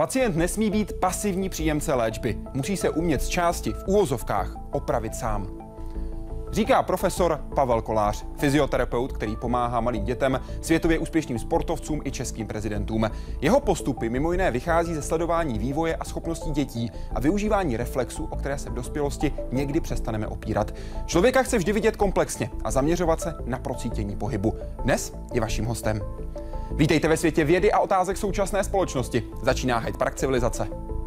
Pacient nesmí být pasivní příjemce léčby. Musí se umět z části v úvozovkách opravit sám. Říká profesor Pavel Kolář, fyzioterapeut, který pomáhá malým dětem, světově úspěšným sportovcům i českým prezidentům. Jeho postupy mimo jiné vychází ze sledování vývoje a schopností dětí a využívání reflexů, o které se v dospělosti někdy přestaneme opírat. Člověka chce vždy vidět komplexně a zaměřovat se na procítění pohybu. Dnes je vaším hostem. Vítejte ve světě vědy a otázek současné společnosti. Začíná Hyde Park civilizace.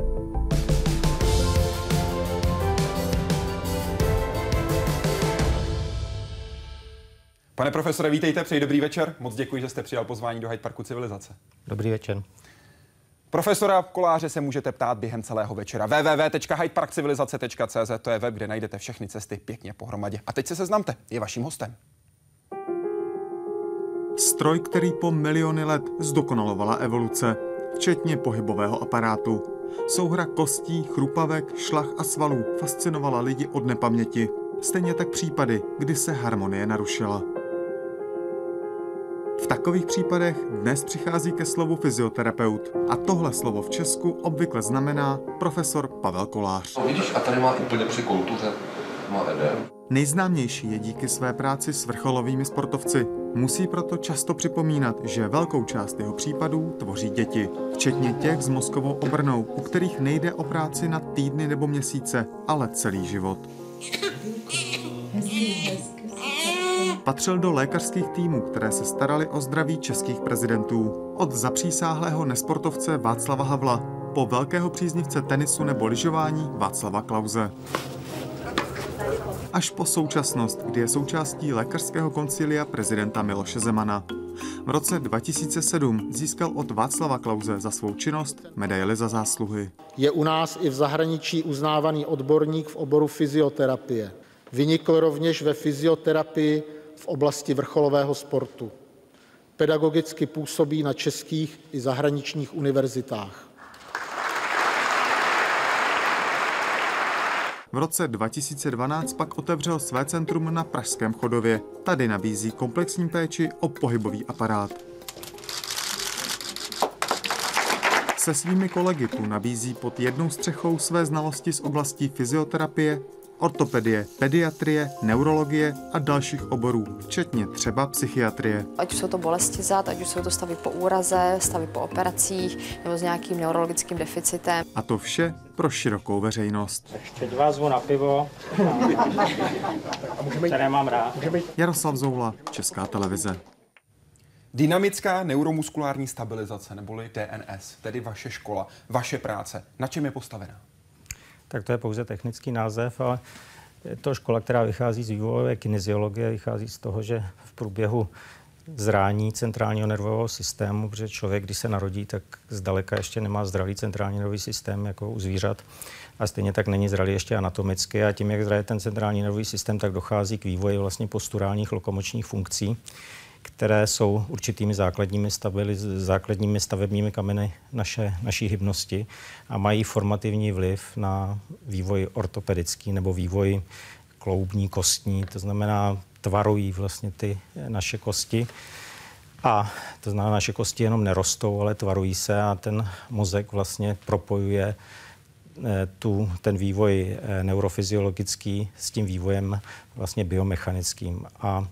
Pane profesore, vítejte, přeji dobrý večer. Moc děkuji, že jste přijal pozvání do Hyde Parku civilizace. Dobrý večer. Profesora Koláře se můžete ptát během celého večera. www.hydeparkcivilizace.cz, to je web, kde najdete všechny cesty pěkně pohromadě. A teď se seznamte, je vaším hostem. Stroj, který po miliony let zdokonalovala evoluce, včetně pohybového aparátu. Souhra kostí, chrupavek, šlach a svalů fascinovala lidi od nepaměti. Stejně tak případy, kdy se harmonie narušila. V takových případech dnes přichází ke slovu fyzioterapeut. A tohle slovo v Česku obvykle znamená profesor Pavel Kolář. No vidíš, a tady má úplně při kultuře, má edem. Nejznámější je díky své práci s vrcholovými sportovci. Musí proto často připomínat, že velkou část jeho případů tvoří děti, včetně těch s mozkovou obrnou, u kterých nejde o práci na týdny nebo měsíce, ale celý život. Patřil do lékařských týmů, které se starali o zdraví českých prezidentů. Od zapřísáhlého nesportovce Václava Havla po velkého příznivce tenisu nebo lyžování Václava Klause. Až po současnost, kdy je součástí lékařského koncilia prezidenta Miloše Zemana. V roce 2007 získal od Václava Klause za svou činnost medaili za zásluhy. Je u nás i v zahraničí uznávaný odborník v oboru fyzioterapie. Vynikl rovněž ve fyzioterapii v oblasti vrcholového sportu. Pedagogicky působí na českých i zahraničních univerzitách. V roce 2012 pak otevřel své centrum na Pražském Chodově. Tady nabízí komplexní péči o pohybový aparát. Se svými kolegy tu nabízí pod jednou střechou své znalosti z oblastí fyzioterapie, ortopedie, pediatrie, neurologie a dalších oborů, včetně třeba psychiatrie. Ať už jsou to bolesti zad, ať už jsou to stavy po úraze, stavy po operacích nebo s nějakým neurologickým deficitem. A to vše pro širokou veřejnost. Teď vás zvu na pivo, které mám rád. Jaroslav Zoula, Česká televize. Dynamická neuromuskulární stabilizace, neboli DNS, tedy vaše škola, vaše práce. Na čem je postavená? Tak to je pouze technický název, ale je to škola, která vychází z vývojové kineziologie, vychází z toho, že v průběhu zrání centrálního nervového systému, protože člověk, když se narodí, tak zdaleka ještě nemá zdravý centrální nervový systém jako u zvířat a stejně tak není zralý ještě anatomicky a tím, jak zraje ten centrální nervový systém, tak dochází k vývoji vlastně posturálních lokomočních funkcí, které jsou určitými základními stavebními kameny naší hybnosti a mají formativní vliv na vývoj ortopedický nebo vývoj kloubní, kostní, to znamená tvarují vlastně ty naše kosti. A to znamená, naše kosti jenom nerostou, ale tvarují se a ten mozek vlastně propojuje ten vývoj neurofyziologický s tím vývojem vlastně biomechanickým. A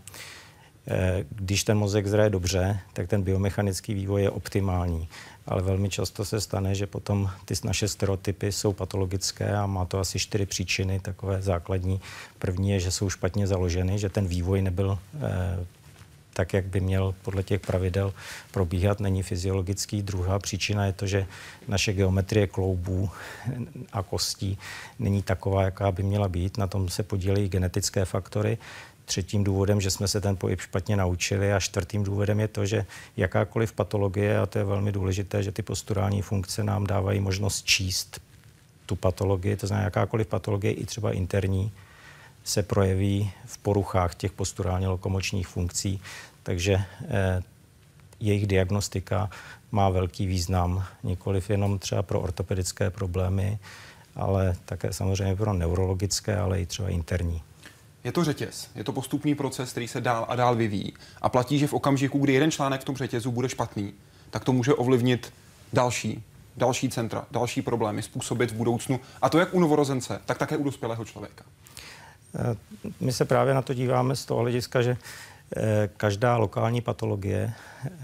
když ten mozek zraje dobře, tak ten biomechanický vývoj je optimální. Ale velmi často se stane, že potom ty naše stereotypy jsou patologické a má to asi 4 příčiny, takové základní. První je, že jsou špatně založeny, že ten vývoj nebyl tak, jak by měl podle těch pravidel probíhat, není fyziologický. Druhá příčina je to, že naše geometrie kloubů a kostí není taková, jaká by měla být. Na tom se podílejí genetické faktory. Třetím důvodem, že jsme se ten pohyb špatně naučili a čtvrtým důvodem je to, že jakákoliv patologie, a to je velmi důležité, že ty posturální funkce nám dávají možnost číst tu patologii, to znamená jakákoliv patologie, i třeba interní, se projeví v poruchách těch posturálně lokomočních funkcí, takže jejich diagnostika má velký význam, nikoliv jenom třeba pro ortopedické problémy, ale také samozřejmě pro neurologické, ale i třeba interní. Je to řetěz, je to postupný proces, který se dál a dál vyvíjí a platí, že v okamžiku, kdy jeden článek v tom řetězu bude špatný, tak to může ovlivnit další další centra, další problémy způsobit v budoucnu, a to jak u novorozence, tak také u dospělého člověka? My se právě na to díváme z toho hlediska, že každá lokální patologie,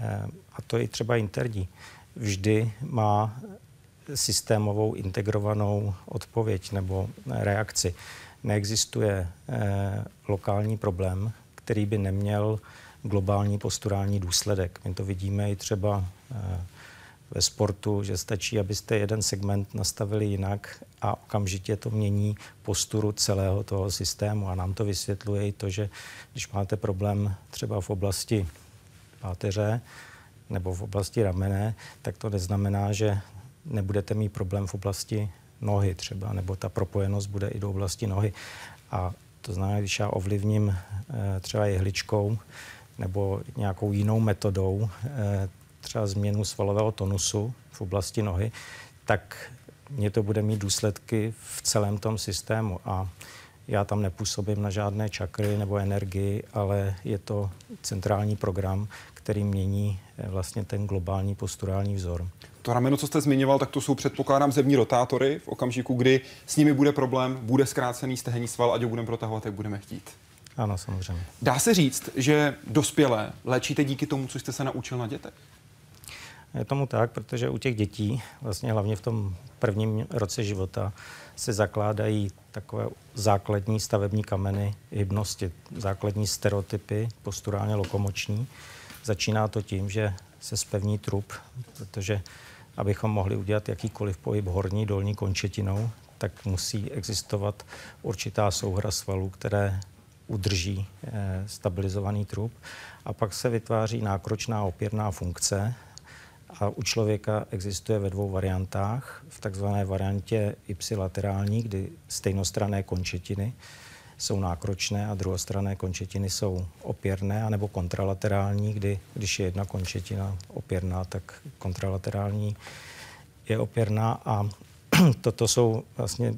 a to je třeba interní, vždy má systémovou integrovanou odpověď nebo reakci. Neexistuje lokální problém, který by neměl globální posturální důsledek. My to vidíme i třeba ve sportu, že stačí, abyste jeden segment nastavili jinak a okamžitě to mění posturu celého toho systému. A nám to vysvětluje i to, že když máte problém třeba v oblasti páteře nebo v oblasti ramene, tak to neznamená, že nebudete mít problém v oblasti nohy třeba, nebo ta propojenost bude i do oblasti nohy. A to znamená, když já ovlivním třeba jehličkou nebo nějakou jinou metodou, třeba změnu svalového tonusu v oblasti nohy, tak mě to bude mít důsledky v celém tom systému. A já tam nepůsobím na žádné čakry nebo energii, ale je to centrální program, který mění vlastně ten globální posturální vzor. To rameno, co jste zmiňoval, tak to jsou, předpokládám, zevní rotátory v okamžiku, kdy s nimi bude problém, bude zkrácený stehenní sval, ať ho budeme protahovat, jak budeme chtít. Ano, samozřejmě. Dá se říct, že dospělé léčíte díky tomu, co jste se naučil na dětech? Je tomu tak, protože u těch dětí, vlastně hlavně v tom prvním roce života, se zakládají takové základní stavební kameny hybnosti, základní stereotypy posturálně lokomoční. Začíná to tím, že se zpevní trup, protože abychom mohli udělat jakýkoliv pohyb horní, dolní končetinou, tak musí existovat určitá souhra svalů, které udrží stabilizovaný trup. A pak se vytváří nákročná opěrná funkce. A u člověka existuje ve dvou variantách. V takzvané variantě ipsilaterální, kdy stejnostranné končetiny jsou nákročné a druhostranné končetiny jsou opěrné, anebo kontralaterální, kdy když je jedna končetina opěrná, tak kontralaterální je opěrná. A toto jsou vlastně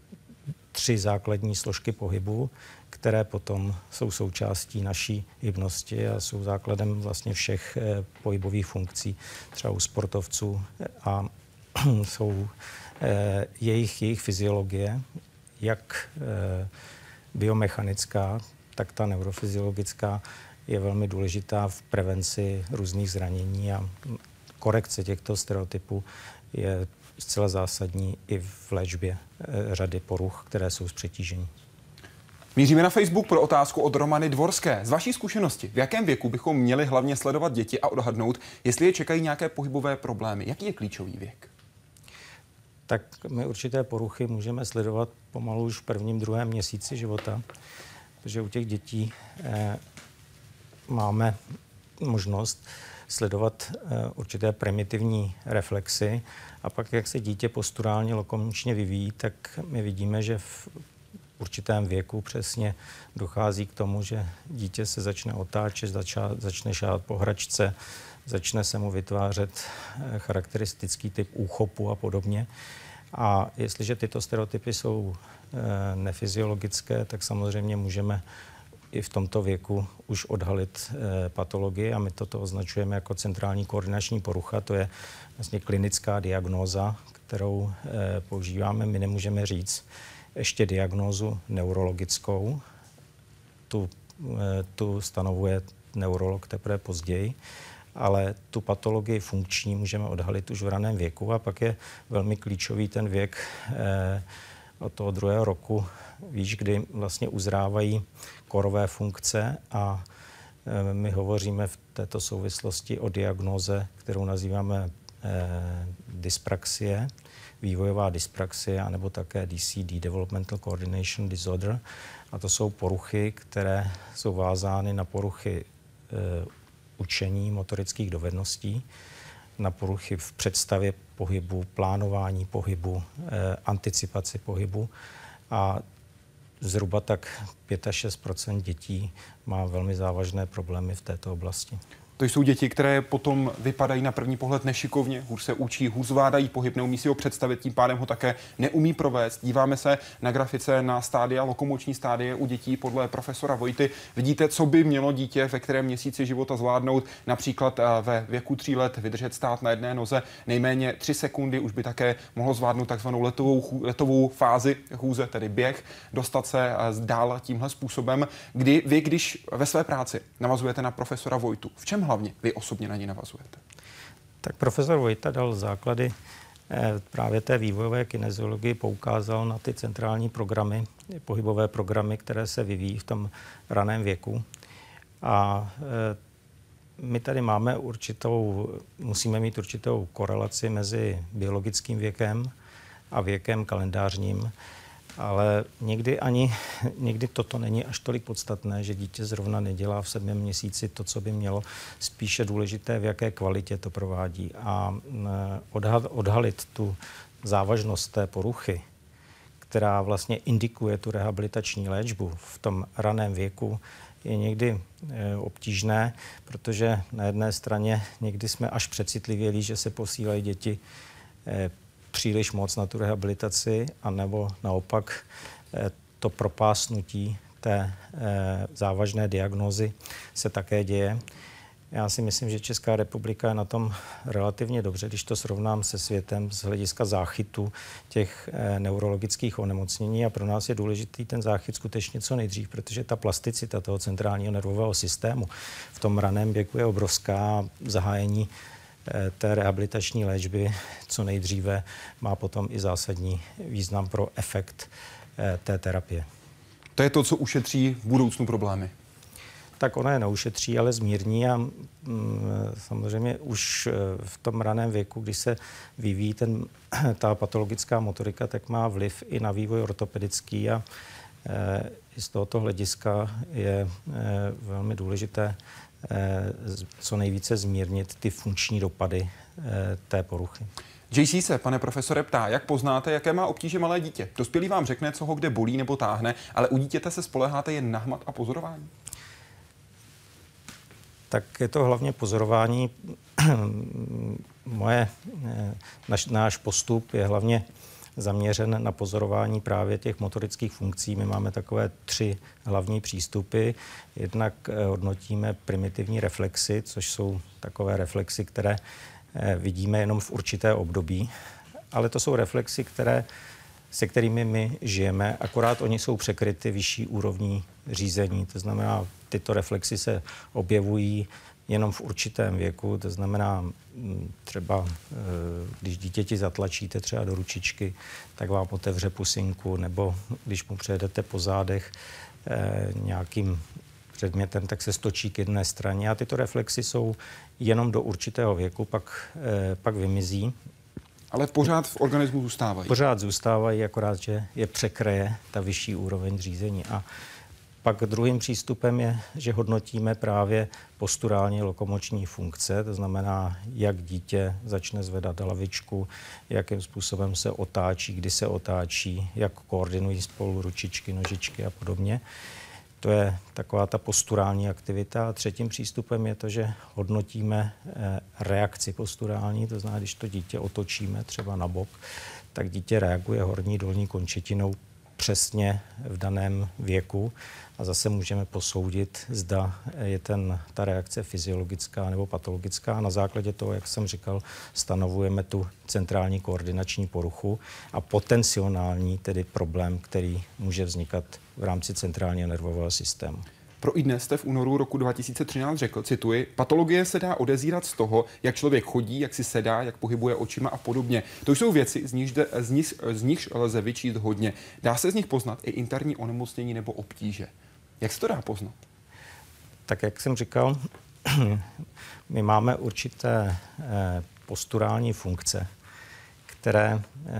3 základní složky pohybu, které potom jsou součástí naší hybnosti a jsou základem vlastně všech pohybových funkcí, třeba u sportovců, a jsou jejich fyziologie, jak biomechanická, tak ta neurofyziologická je velmi důležitá v prevenci různých zranění a korekce těchto stereotypů je zcela zásadní i v léčbě řady poruch, které jsou z přetížení. Míříme na Facebook pro otázku od Romany Dvorské. Z vaší zkušenosti, v jakém věku bychom měli hlavně sledovat děti a odhadnout, jestli je čekají nějaké pohybové problémy? Jaký je klíčový věk? Tak my určité poruchy můžeme sledovat pomalu už v prvním, druhém měsíci života, protože u těch dětí máme možnost sledovat určité primitivní reflexy a pak, jak se dítě posturálně lokomočně vyvíjí, tak my vidíme, že v určitém věku přesně dochází k tomu, že dítě se začne otáčet, začne šát po hračce, začne se mu vytvářet charakteristický typ úchopu a podobně. A jestliže tyto stereotypy jsou nefyziologické, tak samozřejmě můžeme i v tomto věku už odhalit patologii a my toto označujeme jako centrální koordinační porucha. To je vlastně klinická diagnóza, kterou používáme. My nemůžeme říct ještě diagnózu neurologickou. Tu stanovuje neurolog teprve později, ale tu patologii funkční můžeme odhalit už v raném věku a pak je velmi klíčový ten věk od toho 2. roku, kdy vlastně uzrávají korové funkce a my hovoříme v této souvislosti o diagnóze, kterou nazýváme dyspraxie, vývojová dyspraxie, anebo také DCD, Developmental Coordination Disorder. A to jsou poruchy, které jsou vázány na poruchy učení motorických dovedností, na poruchy v představě pohybu, plánování pohybu, anticipaci pohybu a zhruba tak 5 až 6 % dětí má velmi závažné problémy v této oblasti. To jsou děti, které potom vypadají na první pohled nešikovně, hůř se učí, hůř zvládají pohyb, neumí si ho představit, tím pádem ho také neumí provést. Díváme se na grafice na stádia, lokomoční stádie u dětí podle profesora Vojty. Vidíte, co by mělo dítě ve kterém měsíci života zvládnout, například ve věku 3 let vydržet stát na jedné noze nejméně 3 sekundy, už by také mohlo zvládnout takzvanou letovou fázi chůze, tedy běh, dostat se dál tímhle způsobem, kdy vy, když ve své práci navazujete na profesora Vojtu, v čem hlavně vy osobně na něj navazujete? Tak profesor Vojta dal základy právě té vývojové kineziologii, poukázal na ty centrální programy, pohybové programy, které se vyvíjí v tom raném věku. A my tady musíme mít určitou korelaci mezi biologickým věkem a věkem kalendářním. Ale někdy toto není až tolik podstatné, že dítě zrovna nedělá v 7. měsíci to, co by mělo. Spíše důležité, v jaké kvalitě to provádí. A odhalit tu závažnost té poruchy, která vlastně indikuje tu rehabilitační léčbu v tom raném věku, je někdy obtížné, protože na jedné straně někdy jsme až přecitlivělí, že se posílají děti příliš moc na tu rehabilitaci, anebo naopak to propásnutí té závažné diagnózy se také děje. Já si myslím, že Česká republika je na tom relativně dobře, když to srovnám se světem z hlediska záchytu těch neurologických onemocnění, a pro nás je důležitý ten záchyt skutečně co nejdřív, protože ta plasticita toho centrálního nervového systému v tom raném věku je obrovská. Zahájení té rehabilitační léčby co nejdříve má potom i zásadní význam pro efekt té terapie. To je to, co ušetří v budoucnu problémy. Tak ona je neušetří, ale zmírní a samozřejmě už v tom raném věku, když se vyvíjí ta patologická motorika, tak má vliv i na vývoj ortopedický a i z tohoto hlediska je velmi důležité co nejvíce zmírnit ty funkční dopady té poruchy. JC se, pane profesore, ptá, jak poznáte, jaké má obtíže malé dítě? Dospělý vám řekne, co ho kde bolí nebo táhne, ale u dítěte se spoléháte jen na hmat a pozorování? Tak je to hlavně pozorování. Náš postup je hlavně zaměřen na pozorování právě těch motorických funkcí. My máme takové 3 hlavní přístupy. Jednak hodnotíme primitivní reflexy, což jsou takové reflexy, které vidíme jenom v určité období, ale to jsou reflexy, se kterými my žijeme, akorát oni jsou překryty vyšší úrovní řízení. To znamená, tyto reflexy se objevují jenom v určitém věku, to znamená třeba, když dítěti zatlačíte třeba do ručičky, tak vám otevře pusinku, nebo když mu přejedete po zádech nějakým předmětem, tak se stočí k jedné straně a tyto reflexy jsou jenom do určitého věku, pak vymizí. Ale pořád v organismu zůstávají. Pořád zůstávají, akorát, že je překryje ta vyšší úroveň řízení. A pak druhým přístupem je, že hodnotíme právě posturální lokomoční funkce, to znamená, jak dítě začne zvedat lavičku, jakým způsobem se otáčí, kdy se otáčí, jak koordinují spolu ručičky, nožičky a podobně. To je taková ta posturální aktivita. A třetím přístupem je to, že hodnotíme reakci posturální, to znamená, když to dítě otočíme třeba na bok, tak dítě reaguje horní dolní končetinou přesně v daném věku a zase můžeme posoudit, zda je ta reakce fyziologická nebo patologická. Na základě toho, jak jsem říkal, stanovujeme tu centrální koordinační poruchu a potenciální tedy problém, který může vznikat v rámci centrálního nervového systému. Pro iDnes jste v únoru roku 2013 řekl, cituji, patologie se dá odezírat z toho, jak člověk chodí, jak si sedá, jak pohybuje očima a podobně. To jsou věci, z nichž lze vyčíst hodně. Dá se z nich poznat i interní onemocnění nebo obtíže. Jak se to dá poznat? Tak jak jsem říkal, my máme určité posturální funkce, které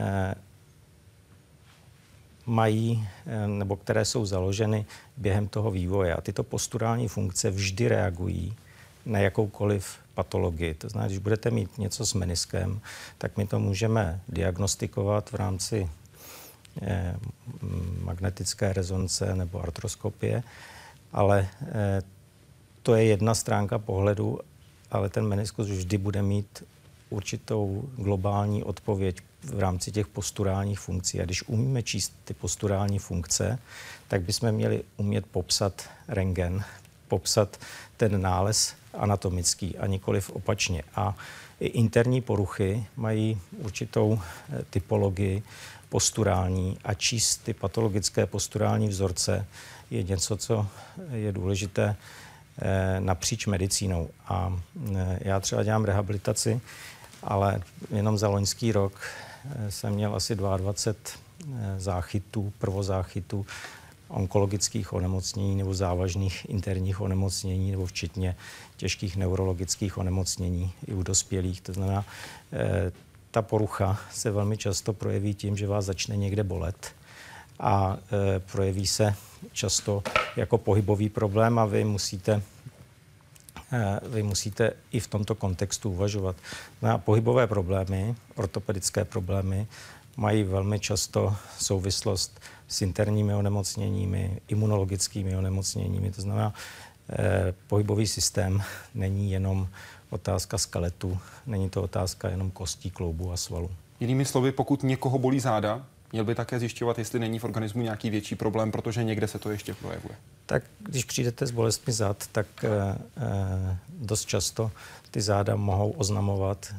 mají, nebo které jsou založeny během toho vývoje. A tyto posturální funkce vždy reagují na jakoukoliv patologii. To znamená, když budete mít něco s meniskem, tak my to můžeme diagnostikovat v rámci magnetické rezonance nebo artroskopie, ale to je jedna stránka pohledu, ale ten meniskus vždy bude mít určitou globální odpověď v rámci těch posturálních funkcí. A když umíme číst ty posturální funkce, tak bychom měli umět popsat rentgen, popsat ten nález anatomický a nikoliv opačně. A i interní poruchy mají určitou typologii posturální a číst ty patologické posturální vzorce je něco, co je důležité napříč medicínou. A já třeba dělám rehabilitaci, ale jenom za loňský rok jsem měl asi 22 záchytů, prvozáchytů onkologických onemocnění nebo závažných interních onemocnění nebo včetně těžkých neurologických onemocnění i u dospělých. To znamená, ta porucha se velmi často projeví tím, že vás začne někde bolet a projeví se často jako pohybový problém a vy musíte i v tomto kontextu uvažovat. Na pohybové problémy, ortopedické problémy mají velmi často souvislost s interními onemocněními, imunologickými onemocněními. To znamená, pohybový systém není jenom otázka skeletu, není to otázka jenom kostí, kloubů a svalů. Jinými slovy, pokud někoho bolí záda, měl by také zjišťovat, jestli není v organismu nějaký větší problém, protože někde se to ještě projevuje. Tak když přijdete s bolestmi zad, tak dost často ty záda mohou oznamovat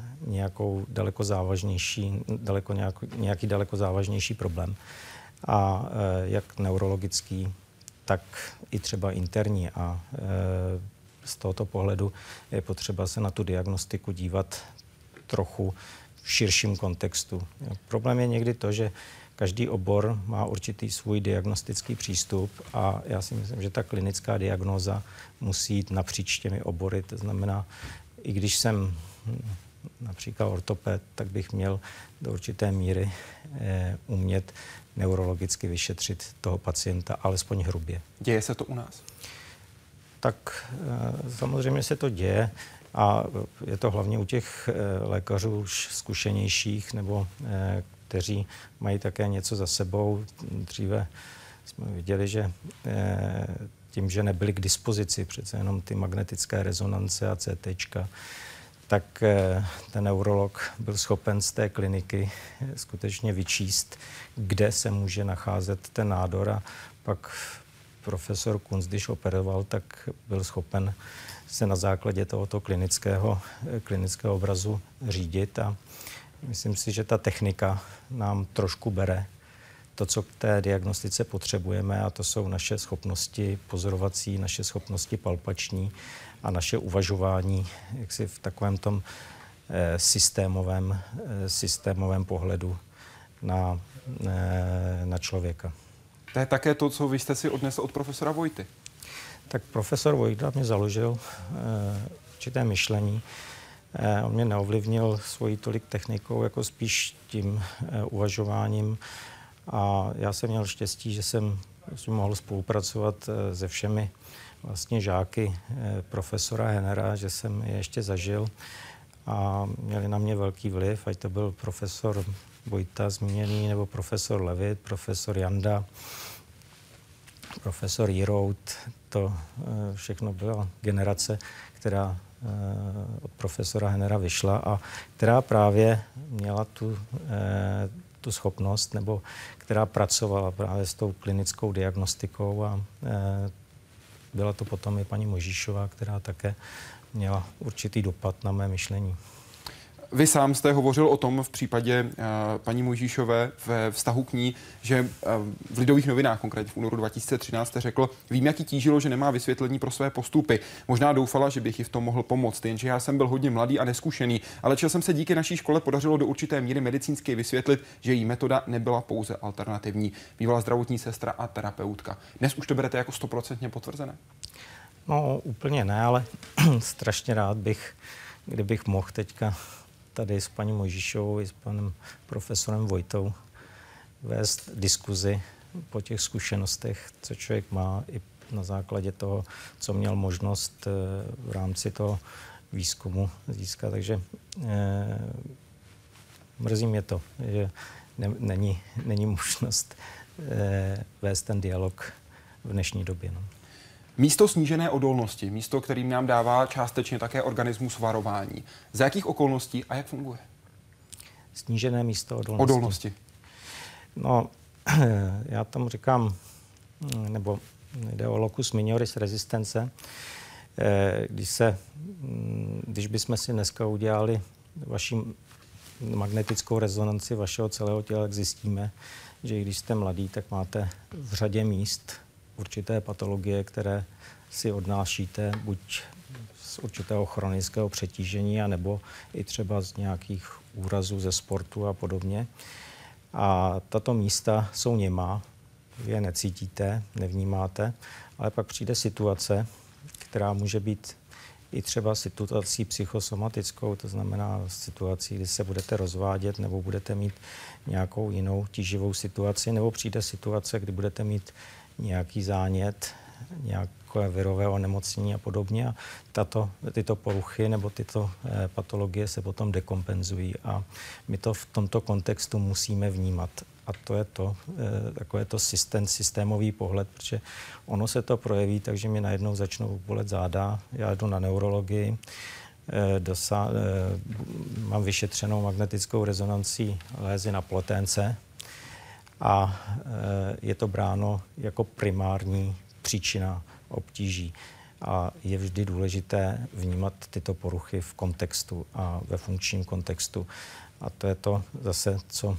nějaký daleko závažnější problém. A jak neurologický, tak i třeba interní. A z tohoto pohledu je potřeba se na tu diagnostiku dívat trochu v širším kontextu. Problém je někdy to, že každý obor má určitý svůj diagnostický přístup a já si myslím, že ta klinická diagnóza musí jít napříč těmi obory. To znamená, i když jsem například ortoped, tak bych měl do určité míry umět neurologicky vyšetřit toho pacienta, alespoň hrubě. Děje se to u nás? Tak samozřejmě se to děje a je to hlavně u těch lékařů už zkušenějších nebo kteří mají také něco za sebou. Dříve jsme viděli, že tím, že nebyly k dispozici přece jenom ty magnetické rezonance a CTčka, tak ten neurolog byl schopen z té kliniky skutečně vyčíst, kde se může nacházet ten nádor a pak profesor Kunz, když operoval, tak byl schopen se na základě tohoto klinického obrazu řídit a myslím si, že ta technika nám trošku bere to, co k té diagnostice potřebujeme a to jsou naše schopnosti pozorovací, naše schopnosti palpační a naše uvažování jaksi v takovém tom systémovém pohledu na člověka. To je také to, co vy jste si odnesl od profesora Vojty. Tak profesor Vojta mě založil určité myšlení. On mě neovlivnil svojí tolik technikou, jako spíš tím uvažováním. A já jsem měl štěstí, že jsem mohl spolupracovat se všemi vlastně žáky profesora Hennera, že jsem je ještě zažil a měli na mě velký vliv, ať to byl profesor Vojta zmíněný, nebo profesor Levit, profesor Janda, profesor Jirout. To všechno byla generace, která od profesora Hennera vyšla a která právě měla tu schopnost, nebo která pracovala právě s tou klinickou diagnostikou a byla to potom i paní Možíšová, která také měla určitý dopad na mé myšlení. Vy sám jste hovořil o tom v případě paní Mojžíšové ve vztahu k ní, že v Lidových novinách, konkrétně v únoru 2013, jste řekl, vím, jak jí tížilo, že nemá vysvětlení pro své postupy. Možná doufala, že bych jí v tom mohl pomoct, jenže já jsem byl hodně mladý a neskušený, ale časem se díky naší škole podařilo do určité míry medicínsky vysvětlit, že její metoda nebyla pouze alternativní. Bývala zdravotní sestra a terapeutka. Dnes už to berete jako 100% potvrzené? No, úplně ne, ale strašně rád bych, kdybych mohl teďka tady s paní Mojžíšovou i s panem profesorem Vojtou vést diskuzi po těch zkušenostech, co člověk má i na základě toho, co měl možnost v rámci toho výzkumu získat. Takže mrzí mě to, že není možnost vést ten dialog v dnešní době. No. Místo snížené odolnosti, místo, kterým nám dává částečně také organismus varování. Za jakých okolností a jak funguje? Snížené místo odolnosti. No, já tomu říkám, nebo jde o locus minoris resistence. Když bychom si dneska udělali vaši magnetickou rezonanci vašeho celého těla, tak zjistíme, že když jste mladý, tak máte v řadě míst určité patologie, které si odnášíte buď z určitého chronického přetížení, anebo i třeba z nějakých úrazů ze sportu a podobně. A tato místa jsou němá, vy je necítíte, nevnímáte, ale pak přijde situace, která může být i třeba situací psychosomatickou, to znamená situací, kdy se budete rozvádět nebo budete mít nějakou jinou tíživou situaci, nebo přijde situace, kdy budete mít nějaký zánět, nějaké virové onemocnění a podobně. A tyto poruchy nebo tyto patologie se potom dekompenzují a my to v tomto kontextu musíme vnímat. A to je takový systémový pohled, protože ono se to projeví, takže mi najednou začnou bolet záda, já jdu na neurologii, mám vyšetřenou magnetickou rezonancí lézy na ploténce a je to bráno jako primární příčina obtíží. A je vždy důležité vnímat tyto poruchy v kontextu a ve funkčním kontextu. A to je to zase, co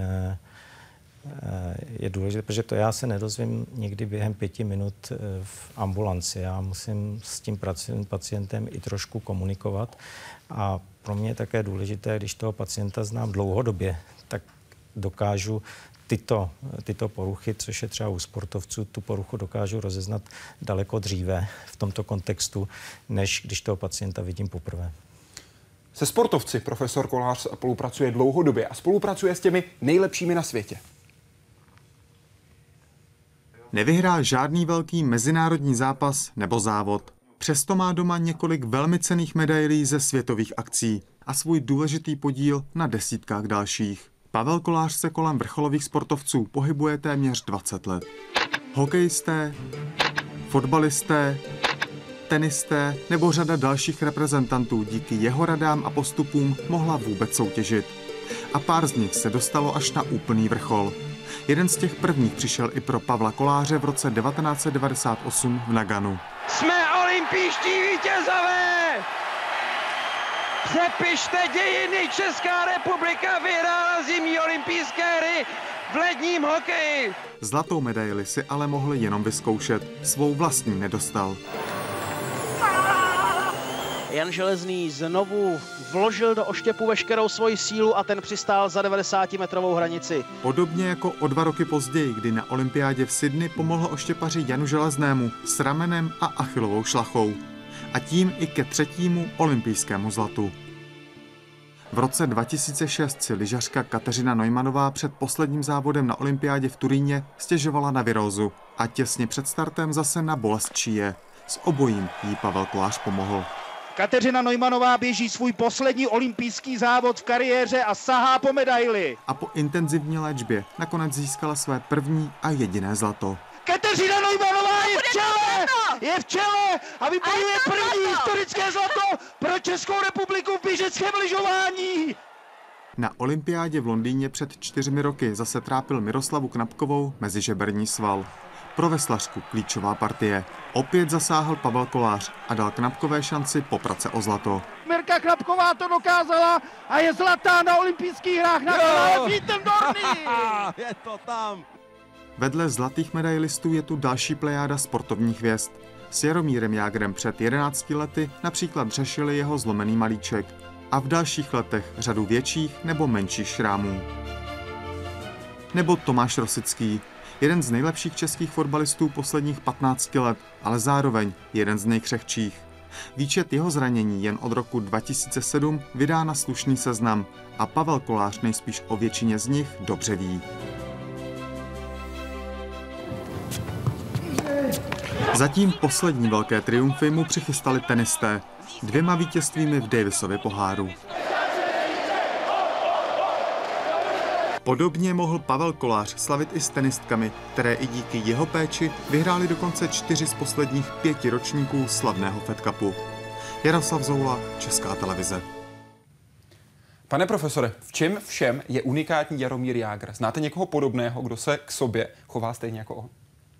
je důležité, protože to já se nedozvím někdy během 5 minut v ambulanci. Já musím s tím pacientem i trošku komunikovat a pro mě je také důležité, když toho pacienta znám dlouhodobě, tak dokážu tyto poruchy, což je třeba u sportovců, tu poruchu dokážu rozeznat daleko dříve v tomto kontextu, než když toho pacienta vidím poprvé. Se sportovci profesor Kolář spolupracuje dlouhodobě a spolupracuje s těmi nejlepšími na světě. Nevyhrál žádný velký mezinárodní zápas nebo závod. Přesto má doma několik velmi cenných medailí ze světových akcí a svůj důležitý podíl na desítkách dalších. Pavel Kolář se kolem vrcholových sportovců pohybuje téměř 20 let. Hokejisté, fotbalisté, tenisté nebo řada dalších reprezentantů díky jeho radám a postupům mohla vůbec soutěžit. A pár z nich se dostalo až na úplný vrchol. Jeden z těch prvních přišel i pro Pavla Koláře v roce 1998 v Naganu. Jsme olympijští vítězové! Přepište dějiny, Česká republika vyhrála zimní olympijské hry v ledním hokeji. Zlatou medaili si ale mohl jenom vyzkoušet, svou vlastní nedostal. Jan Železný znovu vložil do oštěpu veškerou svoji sílu a ten přistál za 90metrovou hranici. Podobně jako o 2 roky později, kdy na olympiádě v Sydney pomohl oštěpaři Janu Železnému s ramenem a achilovou šlachou. A tím i ke 3. olympijskému zlatu. V roce 2006 si lyžařka Kateřina Neumannová před posledním závodem na olympiádě v Turíně stěžovala na virózu a těsně před startem zase na bolest šíje. S obojím jí Pavel Kolář pomohl. Kateřina Neumannová běží svůj poslední olympijský závod v kariéře a sahá po medaili. A po intenzivní léčbě nakonec získala své první a jediné zlato. Kateřina Neumannová je v čele a vypaduje první historické zlato pro Českou republiku v běžeckém lyžování. Na olympiádě v Londýně před 4 roky zase trápil Miroslavu Knapkovou mezižeberní sval. Pro veslařku klíčová partie. Opět zasáhl Pavel Kolář a dal Knapkové šanci poprat se o zlato. Mirka Knapková to dokázala a je zlatá na olympijských hrách na kanále Vítem Dorný. Je to tam. Vedle zlatých medailistů je tu další plejáda sportovních hvězd. S Jaromírem Jágrem před 11 lety například řešili jeho zlomený malíček a v dalších letech řadu větších nebo menších šrámů. Nebo Tomáš Rosický, jeden z nejlepších českých fotbalistů posledních 15 let, ale zároveň jeden z nejkřehčích. Výčet jeho zranění jen od roku 2007 vydá na slušný seznam a Pavel Kolář nejspíš o většině z nich dobře ví. Zatím poslední velké triumfy mu přichystali tenisté 2 vítězstvími v Davisově poháru. Podobně mohl Pavel Kolář slavit i s tenistkami, které i díky jeho péči vyhrály dokonce 4 z posledních 5 ročníků slavného Fed Cupu. Jaroslav Zoula, Česká televize. Pane profesore, v čem všem je unikátní Jaromír Jágr? Znáte někoho podobného, kdo se k sobě chová stejně jako on?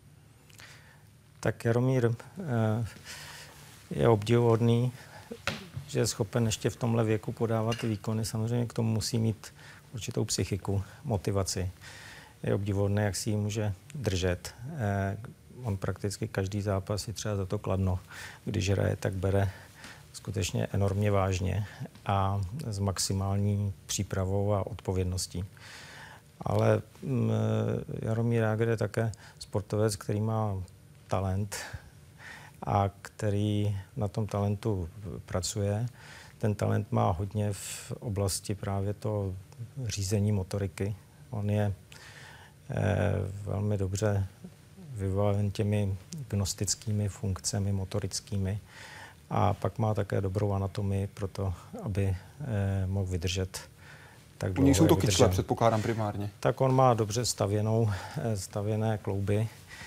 Tak Jaromír je obdivuhodný, že je schopen ještě v tomhle věku podávat ty výkony. Samozřejmě k tomu musí mít určitou psychiku, motivaci. Je obdivuhodné, jak si ji může držet. On prakticky každý zápas si třeba za to kladno. Když hraje, tak bere skutečně enormně vážně a s maximální přípravou a odpovědností. Ale Jaromír Jágr je také sportovec, který má talent a který na tom talentu pracuje. Ten talent má hodně v oblasti právě toho řízení motoriky. On je velmi dobře vybaven těmi gnostickými funkcemi motorickými a pak má také dobrou anatomii pro to, aby mohl vydržet tak dlouho. Jsou to kyčle, předpokládám primárně. Tak on má dobře stavěné klouby.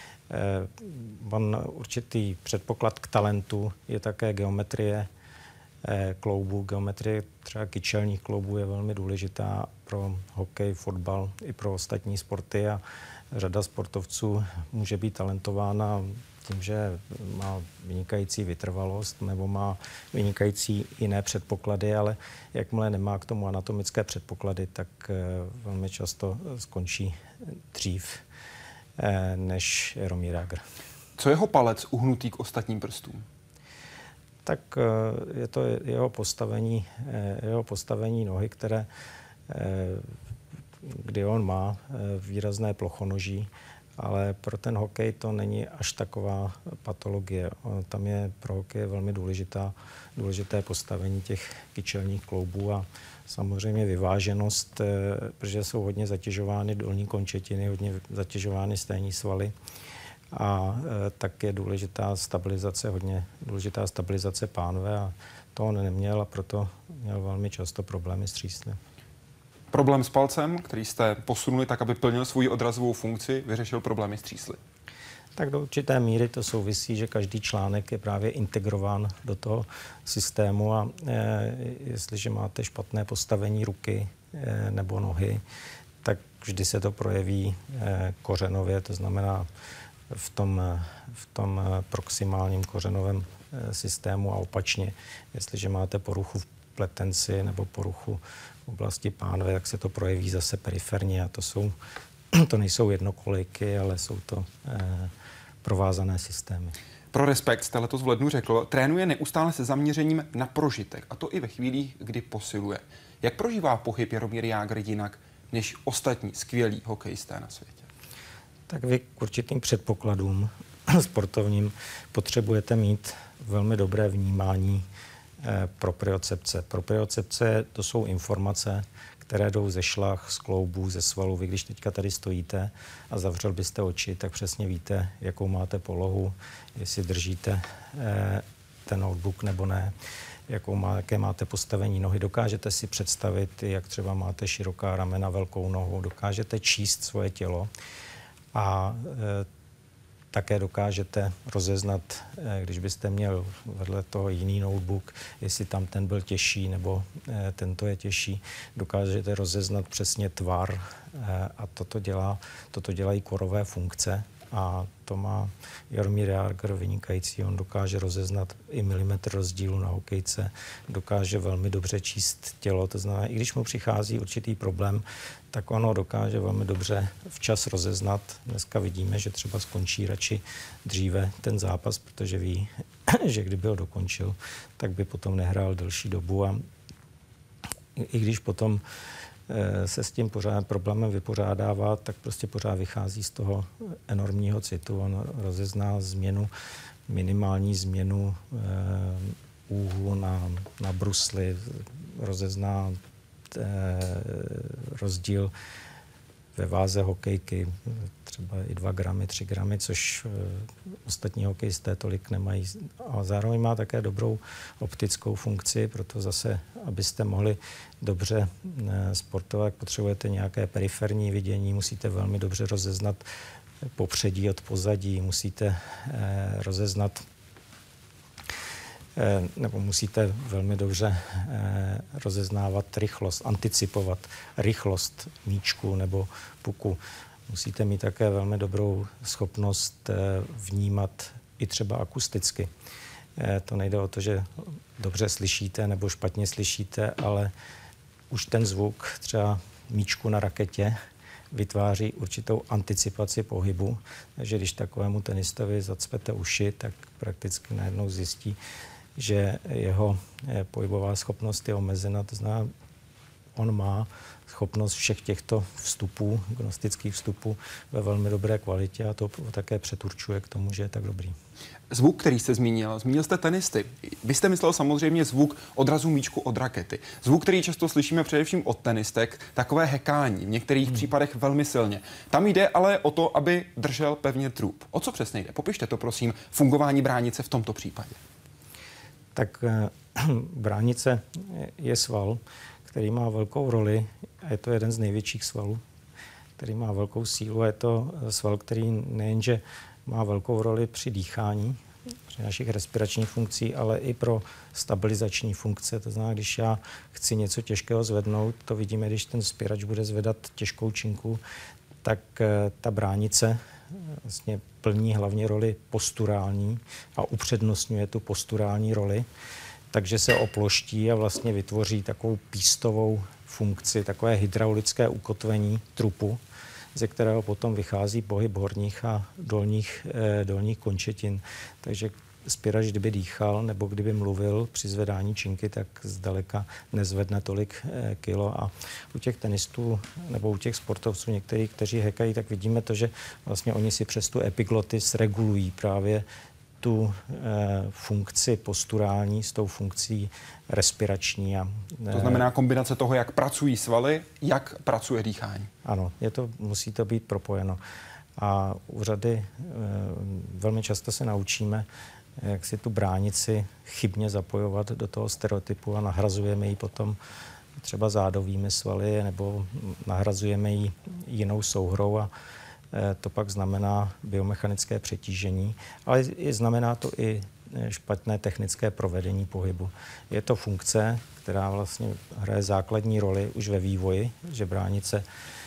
On určitý předpoklad k talentu je také geometrie kloubů. Geometrie třeba kyčelních kloubů je velmi důležitá pro hokej, fotbal i pro ostatní sporty a řada sportovců může být talentována tím, že má vynikající vytrvalost nebo má vynikající jiné předpoklady, ale jakmile nemá k tomu anatomické předpoklady, tak velmi často skončí dřív než Jaromír Jágr. Co jeho palec uhnutý k ostatním prstům? Tak je to jeho postavení nohy, kdy on má výrazné plochonoží, ale pro ten hokej to není až taková patologie. Tam je pro hokej velmi důležité postavení těch kyčelních kloubů a samozřejmě vyváženost, protože jsou hodně zatěžovány dolní končetiny, hodně zatěžovány stehní svaly a tak je hodně důležitá stabilizace pánve a to on neměl a proto měl velmi často problémy s třísly. Problém s palcem, který jste posunuli tak, aby plnil svou odrazovou funkci, vyřešil problémy s třísly. Tak do určité míry to souvisí, že každý článek je právě integrován do toho systému a jestliže máte špatné postavení ruky nebo nohy, tak vždy se to projeví kořenově, to znamená v tom proximálním kořenovém systému a opačně. Jestliže máte poruchu v pletenci nebo poruchu v oblasti pánve, tak se to projeví zase periferně a to nejsou jednokolejky, ale jsou to provázané systémy. Pro Respekt jste letos v lednu řekl, trénuje neustále se zaměřením na prožitek, a to i ve chvílích, kdy posiluje. Jak prožívá pohyb Jaromír Jágr jinak než ostatní skvělí hokejisté na světě? Tak vy k určitým předpokladům sportovním potřebujete mít velmi dobré vnímání propriocepce. Propriocepce to jsou informace, které jdou ze šlach, z kloubů, ze svalů. Vy když teďka tady stojíte a zavřel byste oči, tak přesně víte, jakou máte polohu, jestli držíte ten notebook nebo ne, jaké máte postavení nohy. Dokážete si představit, jak třeba máte široká ramena, velkou nohu, dokážete číst svoje tělo a také dokážete rozeznat, když byste měl vedle toho jiný notebook, jestli tam ten byl těžší nebo tento je těžší. Dokážete rozeznat přesně tvar a toto dělají korové funkce a to má Jaromír Jágr vynikající. On dokáže rozeznat i milimetr rozdílu na hokejce, dokáže velmi dobře číst tělo, to znamená, i když mu přichází určitý problém, tak ono dokáže velmi dobře včas rozeznat. Dneska vidíme, že třeba skončí radši dříve ten zápas, protože ví, že kdyby ho dokončil, tak by potom nehrál delší dobu a i když potom se s tím problémem vypořádává, tak prostě pořád vychází z toho enormního citu. On rozezná minimální změnu úhlu na brusli, rozezná rozdíl ve váze hokejky, třeba i 2 gramy, 3 gramy, což ostatní hokejisté tolik nemají. A zároveň má také dobrou optickou funkci, proto zase, abyste mohli dobře sportovat, potřebujete nějaké periferní vidění, musíte velmi dobře rozeznat popředí od pozadí, musíte rozeznat nebo musíte velmi dobře rozeznávat rychlost, anticipovat rychlost míčku nebo puku. Musíte mít také velmi dobrou schopnost vnímat i třeba akusticky. To nejde o to, že dobře slyšíte nebo špatně slyšíte, ale už ten zvuk třeba míčku na raketě vytváří určitou anticipaci pohybu. Takže když takovému tenistovi zacpete uši, tak prakticky najednou zjistí, že jeho pohybová schopnost je omezena. To znamená, on má schopnost všech těchto vstupů, gnostických vstupů ve velmi dobré kvalitě a to také předurčuje k tomu, že je tak dobrý. Zvuk, který jste zmínil jste tenisty. Vy jste myslel samozřejmě zvuk odrazu míčku od rakety. Zvuk, který často slyšíme především od tenistek, takové hekání, v některých případech velmi silně. Tam jde ale o to, aby držel pevně trup. O co přesně jde? Popište to, prosím, fungování bránice v tomto případě. Tak bránice je sval, který má velkou roli a je to jeden z největších svalů, který má velkou sílu a je to sval, který nejenže má velkou roli při dýchání, při našich respiračních funkcí, ale i pro stabilizační funkce. To znamená, když já chci něco těžkého zvednout, to vidíme, když ten vzpěrač bude zvedat těžkou činku, tak ta bránice vlastně plní hlavně roli posturální a upřednostňuje tu posturální roli, takže se oploští a vlastně vytvoří takovou pístovou funkci, takové hydraulické ukotvení trupu, ze kterého potom vychází pohyb horních a dolních končetin. Takže vzpěrač, kdyby dýchal nebo kdyby mluvil při zvedání činky, tak zdaleka nezvedne tolik kilo. A u těch tenistů nebo u těch sportovců některých, kteří hekají, tak vidíme to, že vlastně oni si přes tu epiglotis regulují právě tu funkci posturální s tou funkcí respirační. To znamená kombinace toho, jak pracují svaly, jak pracuje dýchání. Ano, musí to být propojeno. A u řady velmi často se naučíme, jak si tu bránici chybně zapojovat do toho stereotypu a nahrazujeme ji potom třeba zádovými svaly nebo nahrazujeme ji jinou souhrou a to pak znamená biomechanické přetížení, ale znamená to i špatné technické provedení pohybu. Je to funkce, která vlastně hraje základní roli už ve vývoji, že bránice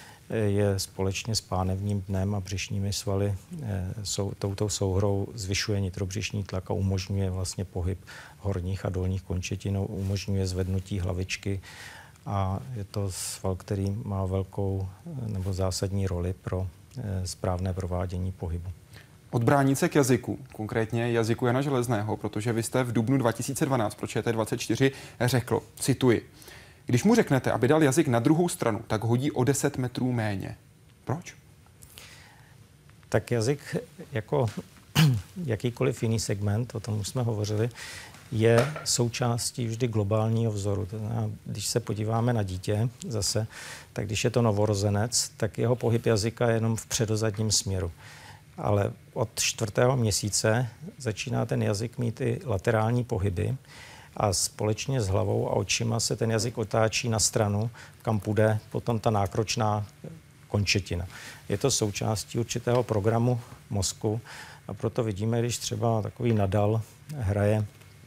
je společně s pánevním dnem a břišními svaly touto souhrou zvyšuje nitrobřišní tlak a umožňuje vlastně pohyb horních a dolních končetin, umožňuje zvednutí hlavičky a je to sval, který má velkou nebo zásadní roli pro správné provádění pohybu. Od bránice k jazyku, konkrétně jazyku Jana Železného, protože vy jste v dubnu 2012 pro ČT24 řekl, cituji, když mu řeknete, aby dal jazyk na druhou stranu, tak hodí o 10 metrů méně. Proč? Tak jazyk jako jakýkoliv jiný segment, o tom už jsme hovořili, je součástí vždy globálního vzoru. To znamená, když se podíváme na dítě zase, tak když je to novorozenec, tak jeho pohyb jazyka je jenom v předozadním směru. Ale od 4. měsíce začíná ten jazyk mít i laterální pohyby a společně s hlavou a očima se ten jazyk otáčí na stranu, kam půjde potom ta nákročná končetina. Je to součástí určitého programu mozku a proto vidíme, když třeba takový Nadal hraje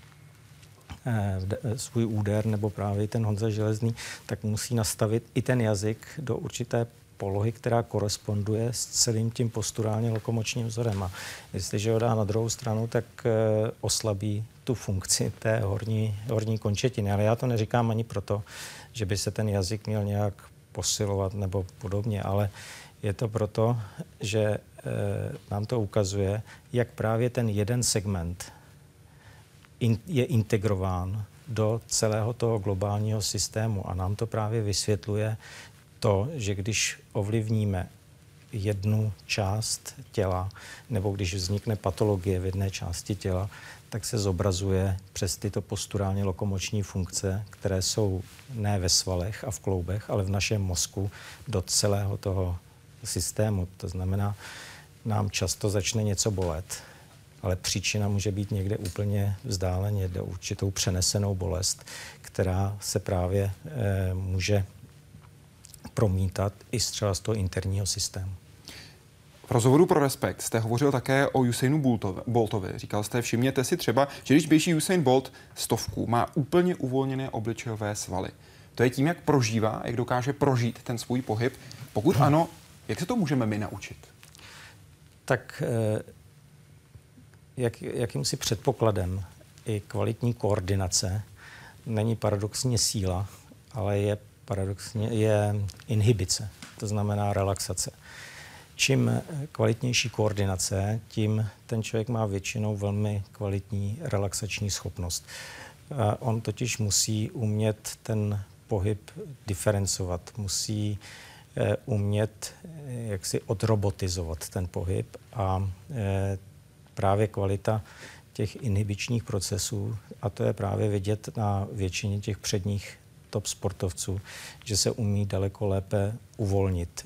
svůj úder nebo právě ten Honza Železný, tak musí nastavit i ten jazyk do určité polohy, která koresponduje s celým tím posturálně lokomočním vzorem. A jestliže ho dá na druhou stranu, tak oslabí tu funkci té horní končetiny. Ale já to neříkám ani proto, že by se ten jazyk měl nějak posilovat nebo podobně, ale je to proto, že nám to ukazuje, jak právě ten jeden segment je integrován do celého toho globálního systému a nám to právě vysvětluje to, že když ovlivníme jednu část těla nebo když vznikne patologie v jedné části těla, tak se zobrazuje přes tyto posturálně lokomoční funkce, které jsou ne ve svalech a v kloubech, ale v našem mozku do celého toho systému. To znamená, nám často začne něco bolet, ale příčina může být někde úplně vzdáleně, jde o určitou přenesenou bolest, která se právě může promítat i třeba z toho interního systému. V rozhovoru pro Respekt jste hovořil také o Usainu Boltovi. Říkal jste, všimněte si třeba, že když běží Usain Bolt 100, má úplně uvolněné obličejové svaly. To je tím, jak prožívá, jak dokáže prožít ten svůj pohyb. Pokud ano, jak se to můžeme my naučit? Tak jakýmsi předpokladem i kvalitní koordinace není paradoxně síla, ale je inhibice, to znamená relaxace. Čím kvalitnější koordinace, tím ten člověk má většinou velmi kvalitní relaxační schopnost. On totiž musí umět ten pohyb diferencovat, musí umět jaksi odrobotizovat ten pohyb a právě kvalita těch inhibičních procesů, a to je právě vidět na většině těch předních top sportovců, že se umí daleko lépe uvolnit